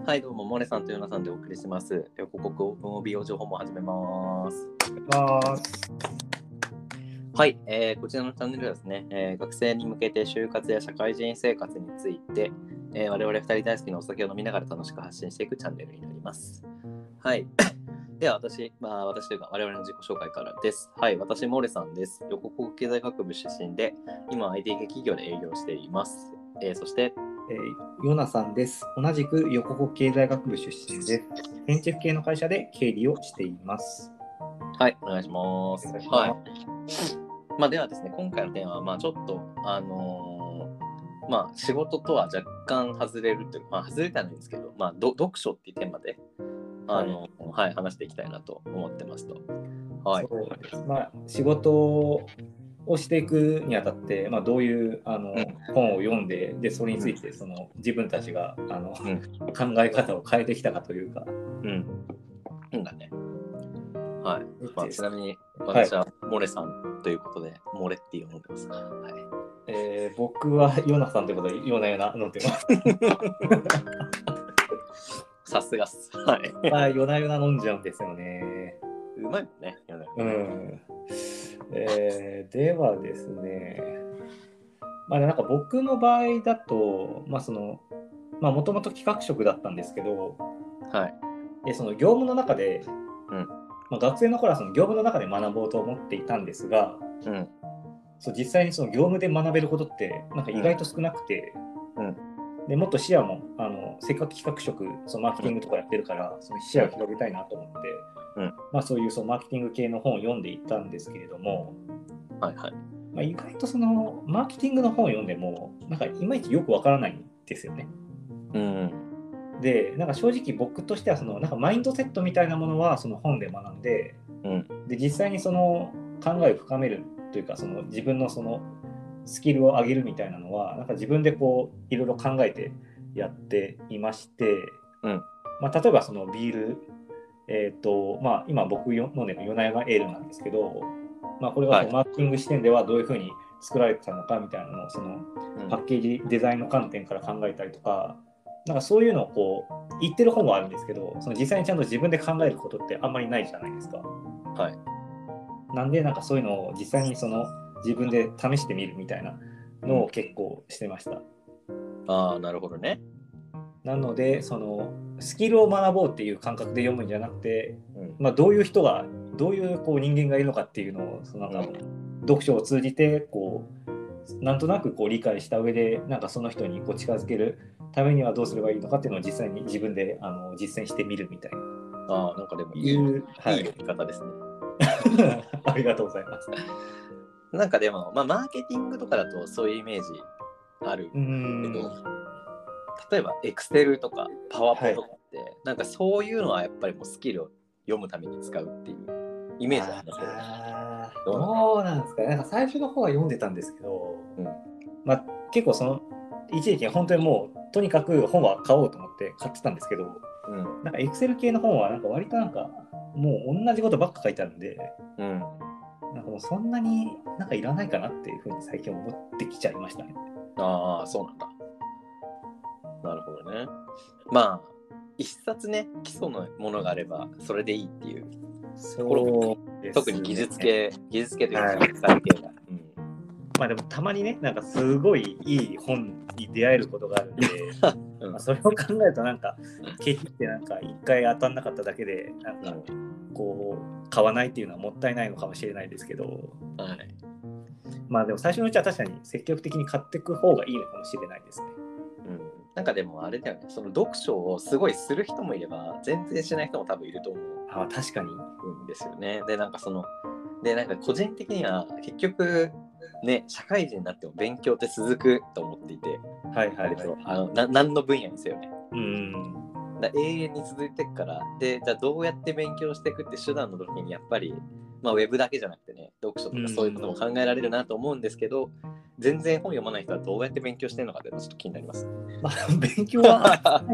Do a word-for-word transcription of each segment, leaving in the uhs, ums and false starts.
はい、どうも、モネさんとヨナさんでお送りします。横国オープン オービー を情報も始めます。 ますはい、えー、こちらのチャンネルはですね、えー、学生に向けて就活や社会人生活について、えー、我々ふたり大好きなお酒を飲みながら楽しく発信していくチャンネルになります。はい。では私、まあ私というか我々の自己紹介からです。はい、私、モネさんです。横国経済学部出身で、今 アイティー 系企業で営業しています。えー、そして、 えー、ヨナさんです。同じく横国経済学部出身です。建築系の会社で経理をしています。 はい、お願いします。 お願いします。 はい。まあ、ではですね、今回のテーマは、まあ、ちょっと、あのー、まあ、仕事とは若干外れるというか、まあ、外れてはないんですけど、まあ、ど読書っていうテーマで、あの、はい、はい、話していきたいなと思ってますと。はい。 そうです。まあ、仕事をしていくにあたって、まあ、どういうあの、うん、本を読んで、でそれについてその自分たちがあの、うん、考え方を変えてきたかというか。 うん。うんだね。はい。まあ、ちなみに私はモレさんということで、はい、モレっていうのを飲んでますか。はい。 えー、僕はヨナさんということでヨナヨナ飲んでます。 さすがっす。はい。 まあ、ヨナヨナ飲んじゃうんですよね。 うまいもんね。 うん。えー、ではですね、まあ、なんか僕の場合だと、まあその、まあもともと企画職だったんですけど、 はい。 でその業務の中で、 うん。 まあ、学生の頃はその業務の中で学ぼうと思っていたんですが、 うん、 そう実際にその業務で学べることってなんか意外と少なくて、 うん、 でもっと視野もあのせっかく企画職、そのマーケティングとかやってるから、その視野を広げたいなと思って、うんまあ、そういうそのマーケティング系の本を読んでいったんですけれども、 はいはいまあ、意外とそのマーケティングの本を読んでもなんかいまいちよくわからないんですよね。 うん、 でなんか正直僕としてはそのなんかマインドセットみたいなものはその本で学んで、うん、で実際にその考えを深めるというかその自分のそのスキルを上げるみたいなのはなんか自分でこういろいろ考えてやっていまして、うんまあ、例えばそのビール、えーとまあ、今僕飲んでるヨナヨナエールなんですけど、まあ、これがそのマーケティング視点ではどういうふうに作られてたのかみたいなのをそのパッケージデザインの観点から考えたりとか、なんかそういうのをこう言ってる本はあるんですけど、その実際にちゃんと自分で考えることってあんまりないじゃないですか。 はい。 なんでなんかそういうのを実際にその自分で試してみるみたいなのを結構してました。うん、 ああ、なるほどね。 なのでそのスキルを学ぼうっていう感覚で読むんじゃなくて、うんまあ、どういう人がどういうこう人間がいるのかっていうのをそのなんか読書を通じてこうなんとなくこう理解した上でなんかその人にこう近づけるためにはどうすればいいのかっていうのを実際に自分であの実践してみるみたいな。 ああ、なんかでもいい、いい読み方ですね。 ありがとうございます。 なんかでも、まあ、マーケティングとかだとそういうイメージあるけど、例えばエクセルとかパワポとかって、はい、なんかそういうのはやっぱりもうスキルを読むために使うっていうイメージありますけど、ね、 どうなんですかね。なんか最初の方は読んでたんですけど、うんまあ、結構その一時期本当にもうとにかく本は買おうと思って買ってたんですけど、うん、なんかエクセル系の本はなんか割となんかもう同じことばっか書いてあるんで、うん、なんかもうそんなになんかいらないかなっていうふうに最近思ってきちゃいましたね。 ああ、そうなんだ。なるほどね。まあ一冊ね基礎のものがあればそれでいいっていうところも、ね、特に技術系技術系というか社会系が、うん、 まあでもたまにねなんかすごいいい本に出会えることがあるんで、うんまあ、それを考えるとなんかケチってなんか一回当たんなかっただけでなんかこう買わないっていうのはもったいないのかもしれないですけど、はい、まあでも最初のうちは確かに積極的に買っていく方がいいのかもしれないですね。 うん、なんかでもあれだよね、その読書をすごいする人もいれば全然しない人も多分いると思う。 あ、確かに。 うんですよね。でなんかそのでなんか個人的には結局ね社会人になっても勉強って続くと思っていて、 はいはいはい。 あのな何の分野にせよね。 うん。 だ永遠に続いていくからでじゃあどうやって勉強していくって手段の時にやっぱりまあウェブだけじゃなくてね読書とかそういうことも考えられるなと思うんですけど。全然本読まない人はどうやって勉強してるのかってちょっと気になります。 まあ、勉強は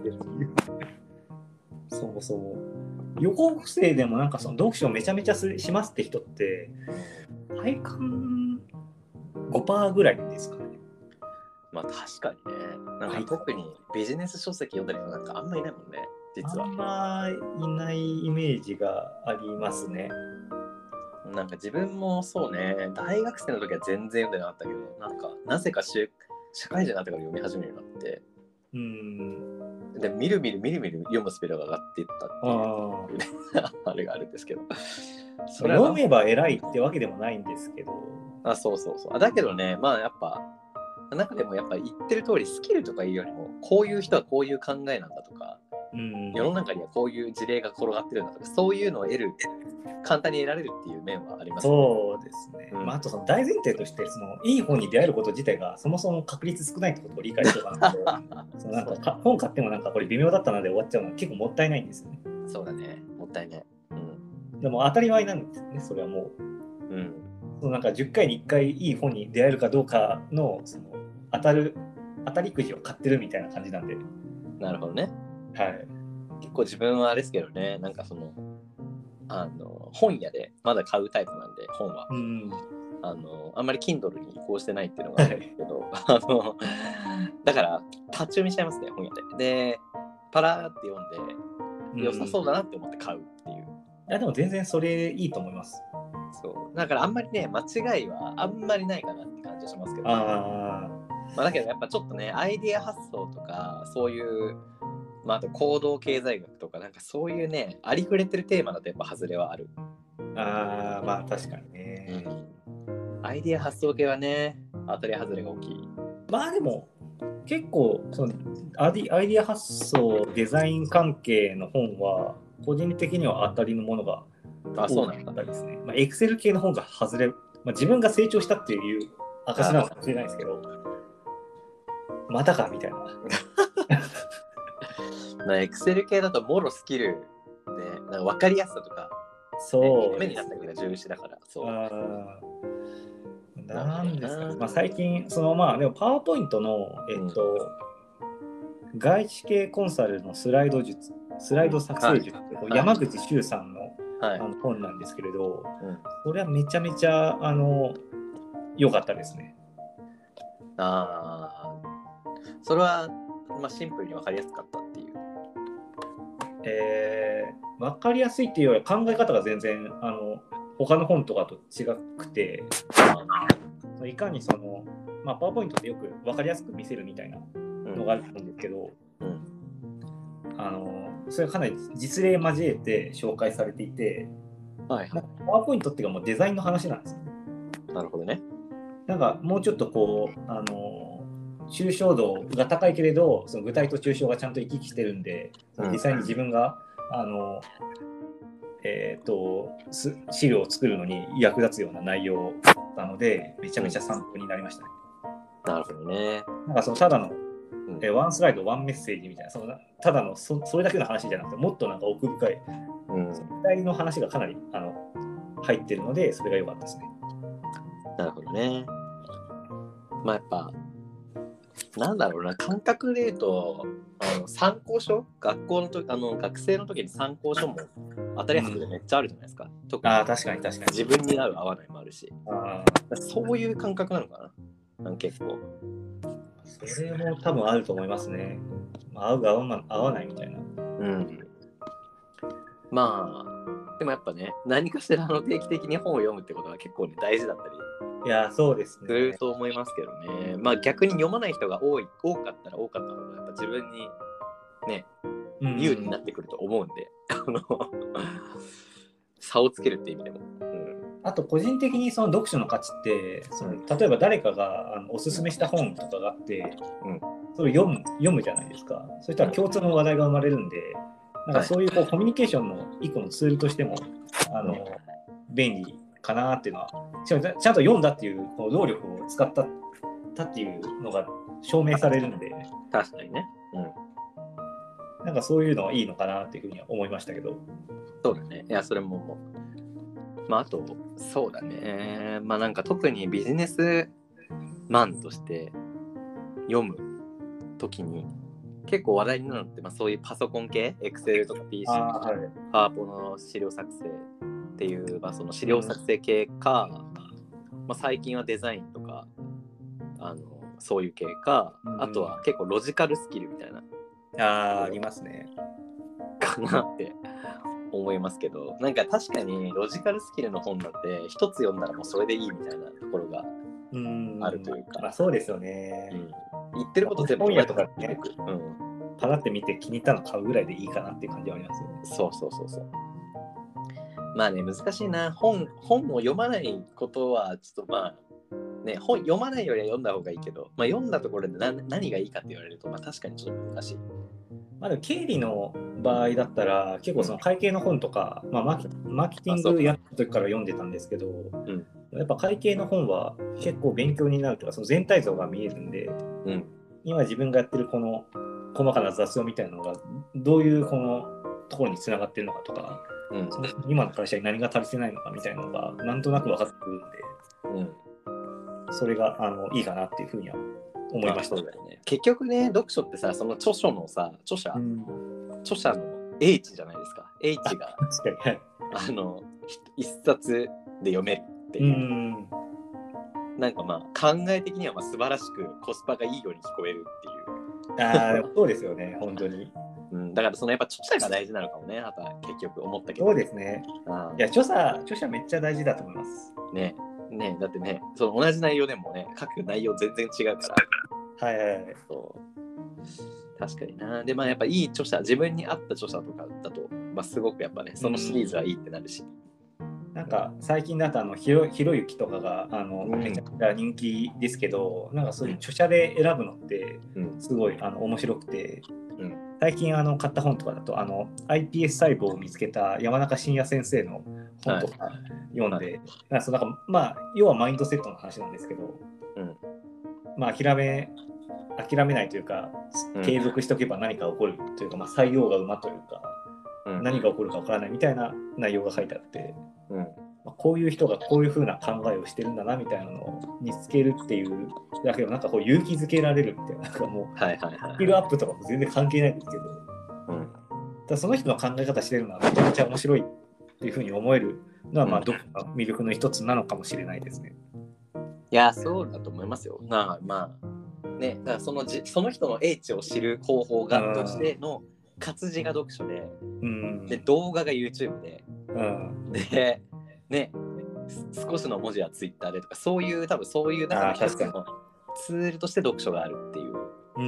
そもそも予告生でもなんかその読書をめちゃめちゃしますって人って体感 ごパーセント ぐらいですかね。 まあ確かにね。なんか特にビジネス書籍読んだりとかなんかあんまいないもんね、実は。 あんまいないイメージがありますね。 なんか自分もそうね、大学生の時は全然読んでなかったけど、なんかなぜか社会人になってから読み始めるようになって、 うん。 でみるみるみるみる読むスピードが上がっていったっていうあ, あれがあるんですけど、 それ読めば偉いってわけでもないんですけど。 あ、そうそうそう。だけどね、まあやっぱ中でもやっぱ言ってる通りスキルとかいうよりもこういう人はこういう考えなんだとか、うん、世の中にはこういう事例が転がってるんだとか、そういうのを得る簡単に得られるっていう面はありますね。 そうですね、うん、まあ、あとその大前提としてそのいい本に出会えること自体がそもそも確率少ないってことを理解しておかないとそのなんかか本買ってもなんかこれ微妙だったなで終わっちゃうのは結構もったいないんですよね。 そうだね、もったいない、 うん、でも当たり前なんですよね、それはもう、うん、そのなんかじゅっかいにいっかいいい本に出会えるかどうか の, その当たる当たりくじを買ってるみたいな感じなんで。 なるほどね。 はい。 結構自分はあれですけどね、なんかそのあの本屋でまだ買うタイプなんで本は、うん、あのあんまり Kindle に移行してないっていうのがあるんですけど、あのだから立ち読みしちゃいますね、本屋で。でパラーって読んで良さそうだなって思って買うっていう、うん、いやでも全然それいいと思います。 そうだからあんまりね間違いはあんまりないかなって感じはしますけど、ね、あまあ、だけどやっぱちょっとねアイディア発想とかそういう、まあ、あと行動経済学とかなんかそういうねありふれてるテーマだとやっぱ外れはある。 ああまあ確かにね、 うん、アイディア発想系はね当たり外れが大きい。 まあでも結構そのアイディア発想デザイン関係の本は個人的には当たりのものが多かったですね。まあ、エクセル系の本が外れ、まあ、自分が成長したっていう証なのかもしれないですけど、またかみたいな。 まあエクセル系だともろスキルでなんか分かりやすさとか、 そう、 ね、目になったりが重視だから。そう。あなんですかね。まあ、最近そのまあでもパワーポイントのえっと、うん、外資系コンサルのスライド術、スライド作成術って、はい、山口周さんの、はい、あの本なんですけれど、はい、これはめちゃめちゃあの良かったですね。 ああ、それは、まあ、シンプルに分かりやすかったっていう。 えー、分かりやすいっていうよりは考え方が全然あの他の本とかと違くて、いかにその、まあ、パワーポイントってよく分かりやすく見せるみたいなのがあると思うんですけど、うんうん、あのそれかなり実例交えて紹介されていて、はいはい、パワーポイントっていうかもうデザインの話なんですよね。 なるほどね。 なんかもうちょっとこうあの抽象度が高いけれどその具体と抽象がちゃんと行き来してるんで、うん、実際に自分があの、えー、と資料を作るのに役立つような内容なのでめちゃめちゃ参考になりましたね。 うん、なるほどね。なんかそのただの、うんえー、ワンスライドワンメッセージみたいなそのただの そ, それだけの話じゃなくてもっとなんか奥深い、うん、具体の話がかなりあの入ってるのでそれが良かったですね。 なるほどね。まあやっぱなんだろうな、感覚で言うとあの参考書学校の時あの学生の時に参考書も当たりやすくてめっちゃあるじゃないですか、うん、 特にあ確かに確かに自分に合う合わないもあるし、あそういう感覚なのかな、結構それも多分あると思いますね。合う合わない合わないみたいな。 うん。まあでもやっぱね何かしらの定期的に本を読むってことは結構ね大事だったりいやそうですね。 すると思いますけどね。まあ逆に読まない人が多い多かったら多かった方がやっぱ自分にね有利になってくると思うんで、うん、差をつけるって意味でも。うん、 あと個人的にその読書の価値ってその例えば誰かがあのおすすめした本とかがあって、うん、それを読む読むじゃないですか。そしたら共通の話題が生まれるんで、なんかそういうこうコミュニケーションの一個のツールとしてもあの便利かなっていうのはちゃんと読んだっていうこの労力を使ったたっていうのが証明されるんで、 確かにね、 うん、なんかそういうのはいいのかなっていうふうには思いましたけど。 そうだね。いやそれもまああとそうだね。まあなんか特にビジネスマンとして読むときに結構話題になるのって、まあ、そういうパソコン系 Excel とか ピーシー とか、はい、パワポの資料作成っていう、まあ、その資料作成系か、うんまあ、最近はデザインとかあのそういう系か、 うん、 あとは結構ロジカルスキルみたいなあーありますねかなって思いますけど、なんか確かにロジカルスキルの本だって一つ読んだらもうそれでいいみたいなところがあるというか、 うんまあ、そうですよね、 うん、言ってること全部本屋とかね、 うん、 パラって見て気に入ったの買うぐらいでいいかなっていう感じはありますよね。 そうそうそうそう。まあね、難しいな。本、本を読まないことは、ちょっとまあ、ね、本読まないよりは読んだ方がいいけど、まあ、読んだところで何何がいいかって言われると、まあ、確かにちょっと難しい。 まあ、でも経理の場合だったら結構その会計の本とか、まあ、マーケマーケティングやった時から読んでたんですけど、うん、やっぱ会計の本は結構勉強になるというかその全体像が見えるんで、うん、今自分がやってるこの細かな雑用みたいなのがどういうこのところにつながってるのかとか、うん、その今の会社に何が足りてないのかみたいなのがなんとなく分かってくるんで、うん、それがあのいいかなっていうふうには思いました。 そうだよね。結局ね、読書ってさ、その著書のさ、著者、うん、著者の英知じゃないですか。英知があの一冊で読めるっていう。うんなんかまあ考え的にはまあ素晴らしくコスパがいいように聞こえるっていう。 ああ、そうですよね、本当に。 うん、だからそのやっぱ著者が大事なのかもね、あとは結局思ったけど。 そうですね。いや、著者、著者めっちゃ大事だと思います。 ね。ね、だってね、その同じ内容でもね、書く内容全然違うから。 はいはいはい。 そう確かにな。で、まあやっぱいい著者、自分に合った著者とかだと、まあ、すごくやっぱね、そのシリーズはいいってなるし。 うん、なんか最近だとあのひろひろゆきとかがあの、うん、めちゃくちゃ人気ですけど、なんかそういう著者で選ぶのってすごい、うん、あの面白くて、うん、最近あの買った本とかだとあの アイピーエス 細胞を見つけた山中伸弥先生の本とか読んで、はい、なんかそうなんかまあ要はマインドセットの話なんですけど、うん、まあ諦め諦めないというか継続しておけば何か起こるというか、まあ、採用が馬というか、うん、何が起こるか分からないみたいな内容が書いてあって、うんまあ、こういう人がこういう風な考えをしてるんだなみたいなのを見つけるっていうだけどなんかこう勇気づけられるみたいな、なんかもう、はいはいはいはい、スキルアップとかも全然関係ないんですけど、うん、ただその人の考え方してるのはめちゃめちゃ面白いっていう風に思えるのは、まあ、どこか魅力の一つなのかもしれないですね。 いやそうだと思いますよ。なまあね、だからそのじその人の英知を知る方法がとしての活字が読書で、うん、で動画が YouTube で、うん、で、ね、少しの文字は Twitter でとかそういう多分そういう中の一つのツールとして読書があるっていう。うん、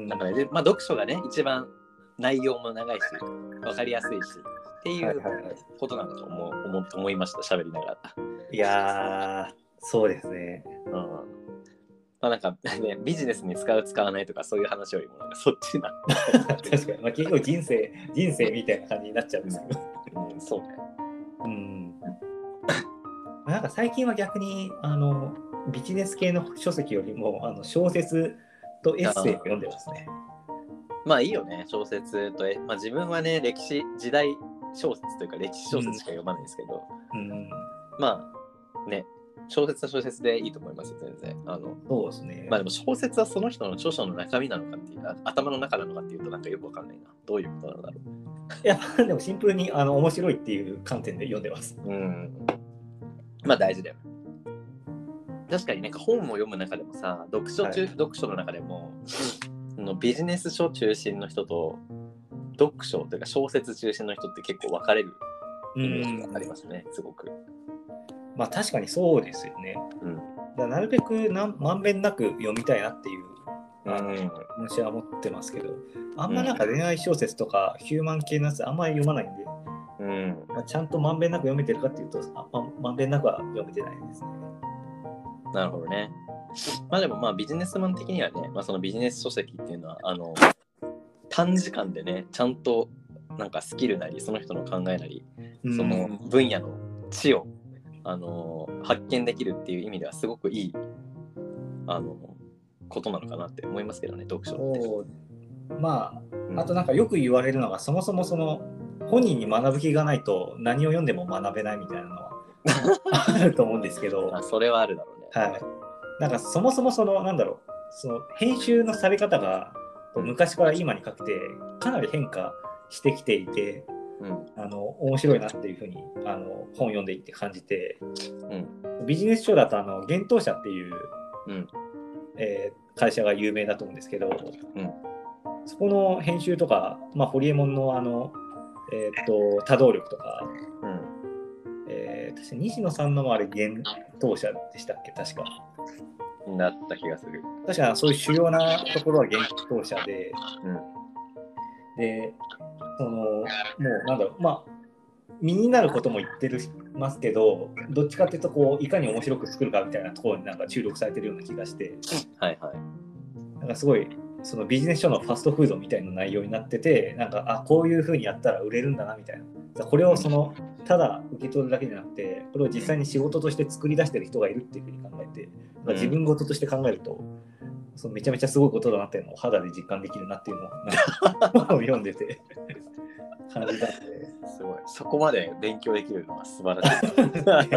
だからね、まあ、読書がね一番内容も長いし分かりやすいしっていうことなのと思, 思, 思いました喋りながら。 いやーそうですね。うんまあなんかね、ビジネスに使う使わないとかそういう話よりもなんかそっちな確かに、まあ、結構人生人生みたいな感じになっちゃうんですけど、 うん、そうね。 うんなんか最近は逆にあのビジネス系の書籍よりもあの小説とエッセイを読んでますね。 まあいいよね、小説とえ、まあ、自分はね歴史時代小説というか歴史小説しか読まないですけど、うんうん、まあね小説は小説でいいと思いますよ、全然。あのそうですね。 まあでも小説はその人の著書の中身なのかっていう、頭の中なのかっていうとなんかよくわかんないな。どういうことなんだろう。 いや、でもシンプルにあの面白いっていう観点で読んでます。 うん。まあ大事だよ。確かになんか本を読む中でもさ、読書中、はい、読書の中でものビジネス書中心の人と読書というか小説中心の人って結構分かれるイメージがありますね、すごく。 まあ確かにそうですよね。うん、だからなるべくなまんべんなく読みたいなっていう気持ちは持ってますけど、あんまなんか恋愛小説とかヒューマン系のやつあんまり読まないんで、うんまあ、ちゃんとまんべんなく読めてるかっていうとあ、ま、まんべんなくは読めてないですね。 なるほどね。まあでもまあビジネスマン的にはね、まあ、そのビジネス書籍っていうのはあの短時間でねちゃんとなんかスキルなりその人の考えなりその分野の知をあの発見できるっていう意味ではすごくいいあのことなのかなって思いますけどね、読書って。 まああとなんかよく言われるのが、うん、そもそもその本人に学ぶ気がないと何を読んでも学べないみたいなのはあると思うんですけどあそれはあるだろうね。 はい、なんかそもそもそのなんだろうその編集のされ方が昔から今にかけてかなり変化してきていて、うん、あの面白いなっていうふうにあの本読んでいて感じて、うん、ビジネス書だとあの幻冬舎っていう、うんえ会社が有名だと思うんですけど、 うん、 そこの編集とか、まあ、ホリエモンのあの、えー、っと多動力とか、うんえー、確か西野さんのもあれ幻冬舎でしたっけ、確か。 なった気がする。 確かそういう主要なところは幻冬舎で、うん、で、そのもうなんだろう、まあ身になることも言ってるますけど、どっちかっていうとこういかに面白く作るかみたいなところになんか注力されてるような気がして、はいはい、なんかすごいそのビジネス書のファストフードみたいな内容になってて、なんかあこういう風にやったら売れるんだなみたいな、これをそのただ受け取るだけじゃなくて、これを実際に仕事として作り出してる人がいるっていう風に考えて、まあ、自分事として考えると、そのめちゃめちゃすごいことだなっていうのを肌で実感できるなっていうのをなんか読んでて感じたので、 すごい。そこまで勉強できるのは素晴らしい。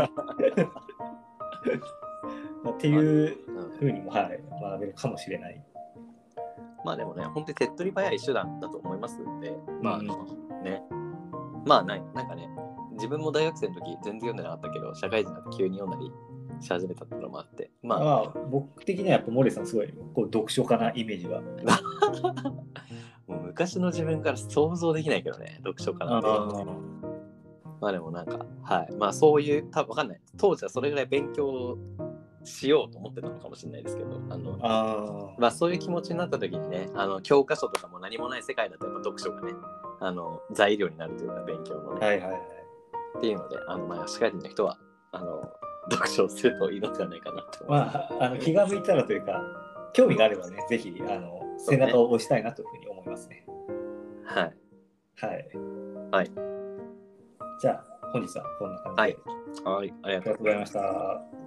っていうふうにも、はい、学べるかもしれない。 まあでもね、本当に手っ取り早い手段だと思いますんで、まあね、うん、ねまあないなんかね、自分も大学生の時全然読んでなかったけど、社会人になって急に読んだりし始めたっていうのもあって、まあ、 まあ、僕的にはやっぱモレさんすごいこう読書家なイメージは。 もう昔の自分から想像できないけどね、読書家なんて。あまあでもなんか、はい。まあそういう、多分わかんない。当時はそれぐらい勉強しようと思ってたのかもしれないですけど、あのあまあそういう気持ちになった時にね、あの教科書とかも何もない世界だとやっぱ読書がね、あの材料になるというか勉強のね。はいはいはい。っていうので、あのまあ社会人の人は、あの、読書をするといいのではないかなと思います。 まあ、あの気が向いたらというか、興味があればね、ぜひあの背中を押したいなというふうに思いますね。 はい。 はい。 はい。 じゃあ、本日はこんな感じで。 はい。はい、ありがとうございました。